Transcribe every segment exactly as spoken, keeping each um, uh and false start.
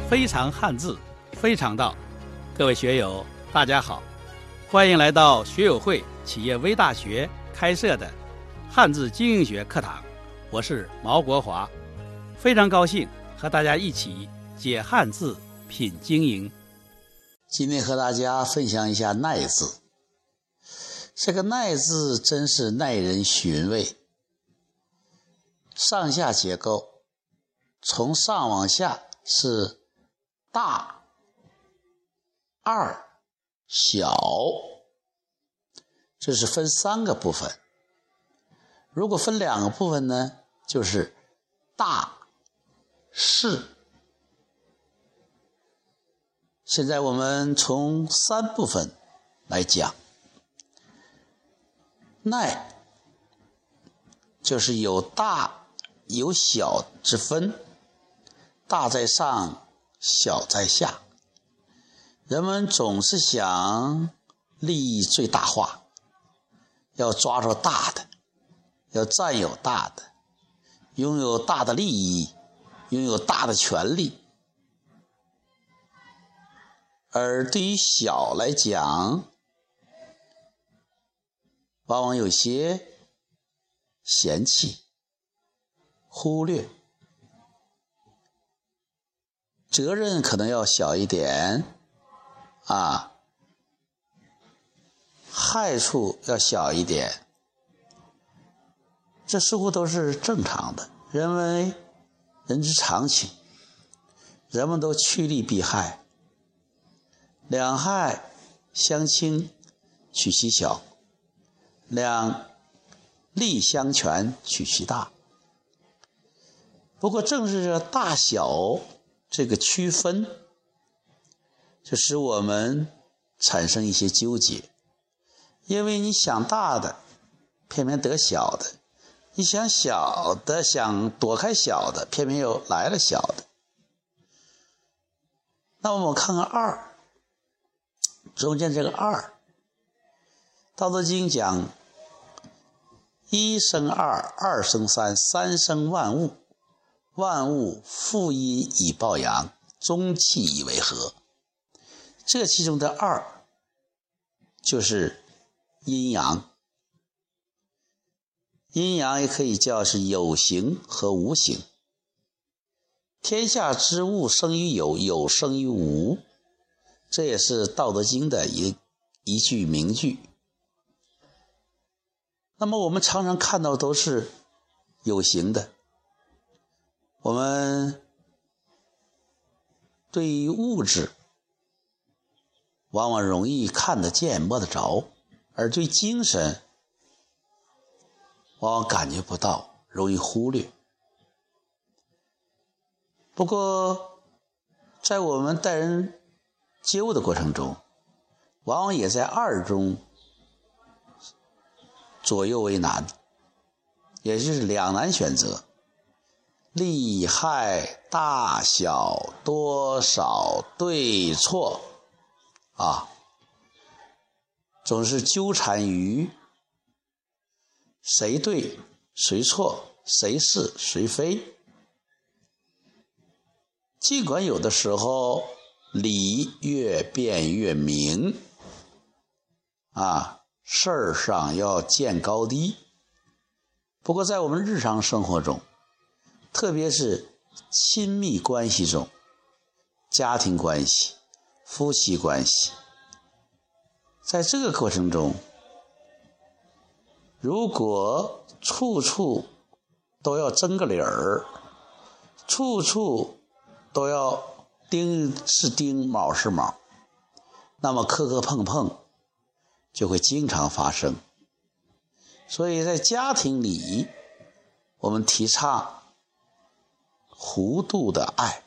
非常汉字，非常道。各位学友，大家好，欢迎来到学友会企业微大学开设的汉字经营学课堂。我是毛国华，非常高兴和大家一起解汉字、品经营。 今天和大家分享一下耐字。这个耐字真是耐人寻味。上下结构，从上往下是大、二、小，这是分三个部分。如果分两个部分呢，就是大、是。现在我们从三部分来讲。耐就是有大有小之分，大在上，小在下。人们总是想利益最大化，要抓住大的，要占有大的，拥有大的利益，拥有大的权利。而对于小来讲，往往有些嫌弃、忽略，责任可能要小一点啊，害处要小一点，这似乎都是正常的，人为人之常情，人们都趋利避害，两害相倾，取其小，两利相权，取其大。不过正是这大小这个区分，就使我们产生一些纠结。因为你想大的，偏偏得小的；你想小的，想躲开小的，偏偏又来了小的。那我们看看二，中间这个二，道德经讲一生二，二生三，三生万物，万物负阴以抱阳，中气以为和。这其中的二就是阴阳，阴阳也可以叫是有形和无形。天下之物生于有，有生于无，这也是道德经的一一句名句。那么我们常常看到都是有形的，我们对于物质往往容易看得见摸得着，而对精神往往感觉不到，容易忽略。不过在我们待人接物的过程中，往往也在二中左右为难，也就是两难选择，利害大小多少对错啊，总是纠缠于谁对谁错，谁是谁非。尽管有的时候理越辩越明啊，事儿上要见高低，不过在我们日常生活中，特别是亲密关系中，家庭关系、夫妻关系，在这个过程中，如果处处都要争个理儿，处处都要丁是丁，卯是卯，那么磕磕碰碰就会经常发生。所以在家庭里，我们提倡弧度的爱，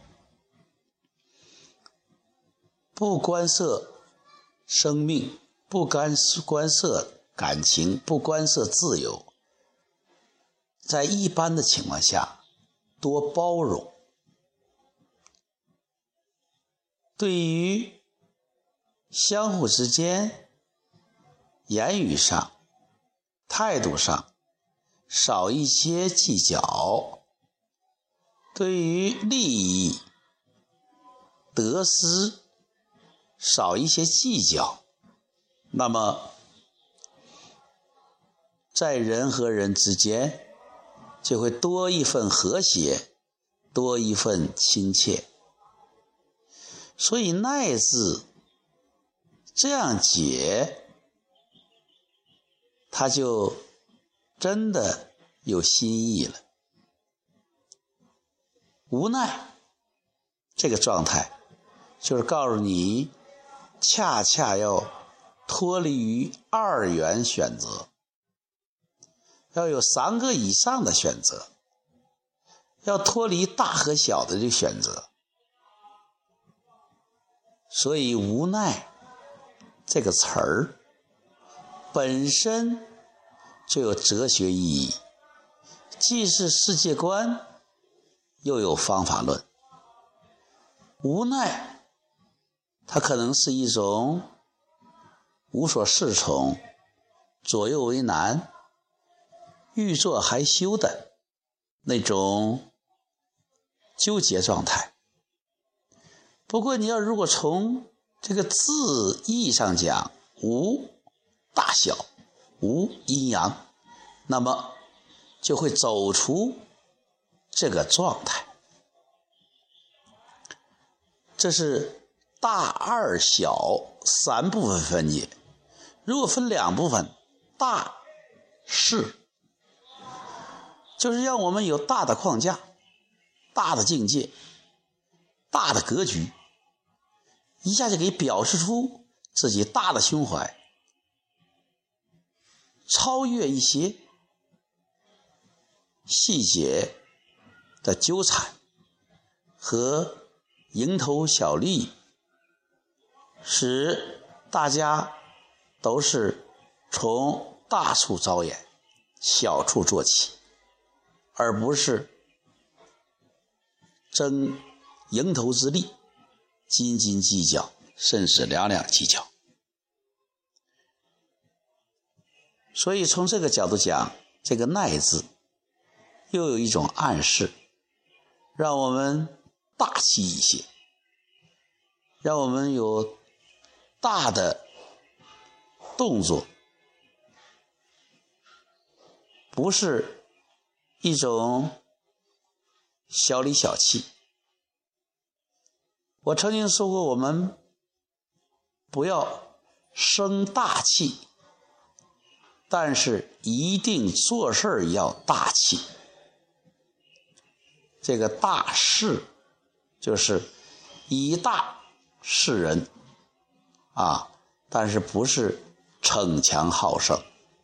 不干涉生命，不干干涉感情，不干涉自由。在一般的情况下，多包容。对于相互之间言语上、态度上少一些计较，对于利益得失少一些计较，那么在人和人之间就会多一份和谐，多一份亲切。所以耐字这样解，它就真的有新意了。无奈这个状态就是告诉你，恰恰要脱离于二元选择，要有三个以上的选择，要脱离大和小的这个选择。所以无奈这个词儿本身就有哲学意义，既是世界观，又有方法论。无奈它可能是一种无所适从、左右为难、欲作还休的那种纠结状态。不过你要如果从这个字义上讲，无大小，无阴阳，那么就会走出这个状态。这是大二小三部分分解。如果分两部分，大是就是让我们有大的框架、大的境界、大的格局，一下就可以表示出自己大的胸怀，超越一些细节的纠缠和蝇头小利，使大家都是从大处着眼，小处做起，而不是争蝇头之利，斤斤计较，甚至两两计较。所以从这个角度讲，这个耐字又有一种暗示，让我们大气一些，让我们有大的动作，不是一种小里小气。我曾经说过，我们不要生大气，但是一定做事要大气。这个大事就是以大示人啊，但是不是逞强好胜。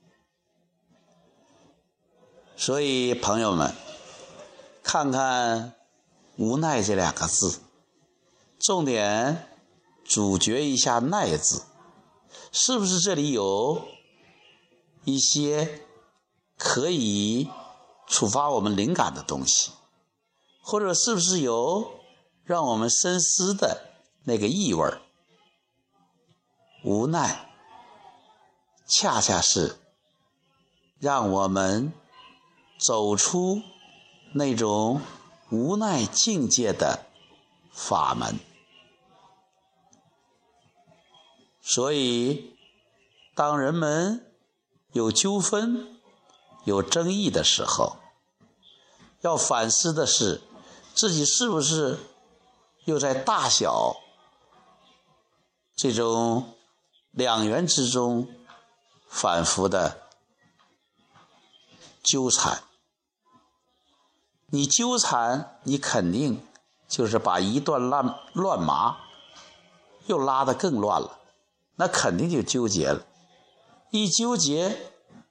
所以朋友们，看看无奈这两个字，重点咀嚼一下耐字，是不是这里有一些可以触发我们灵感的东西，或者是不是有让我们深思的那个意味？无奈恰恰是让我们走出那种无奈境界的法门。所以当人们有纠纷、有争议的时候，要反思的是自己是不是又在大小这种两元之中反复的纠缠。你纠缠，你肯定就是把一段乱乱麻又拉得更乱了，那肯定就纠结了。一纠结，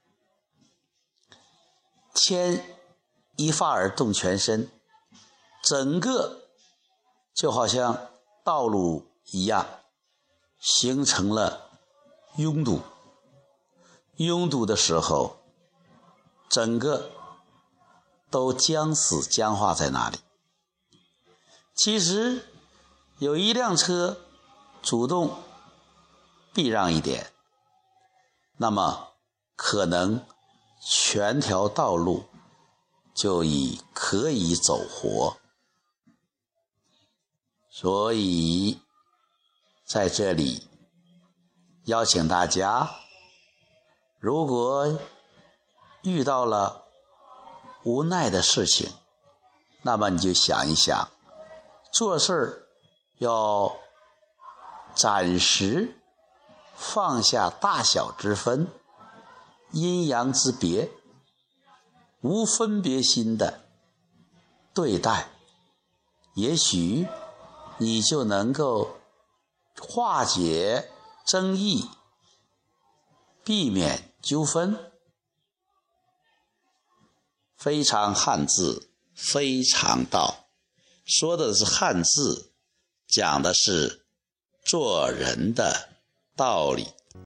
牵一发而动全身，整个就好像道路一样，形成了拥堵。拥堵的时候，整个都僵死僵化在那里。其实有一辆车主动避让一点，那么可能全条道路就已可以走活。 所以在这里邀请大家，如果遇到了无奈的事情，那么你就想一想，做事要暂时放下大小之分，阴阳之别，无分别心的对待，也许你就能够化解争议，避免纠纷。非常汉字，非常道，说的是汉字，讲的是做人的道理。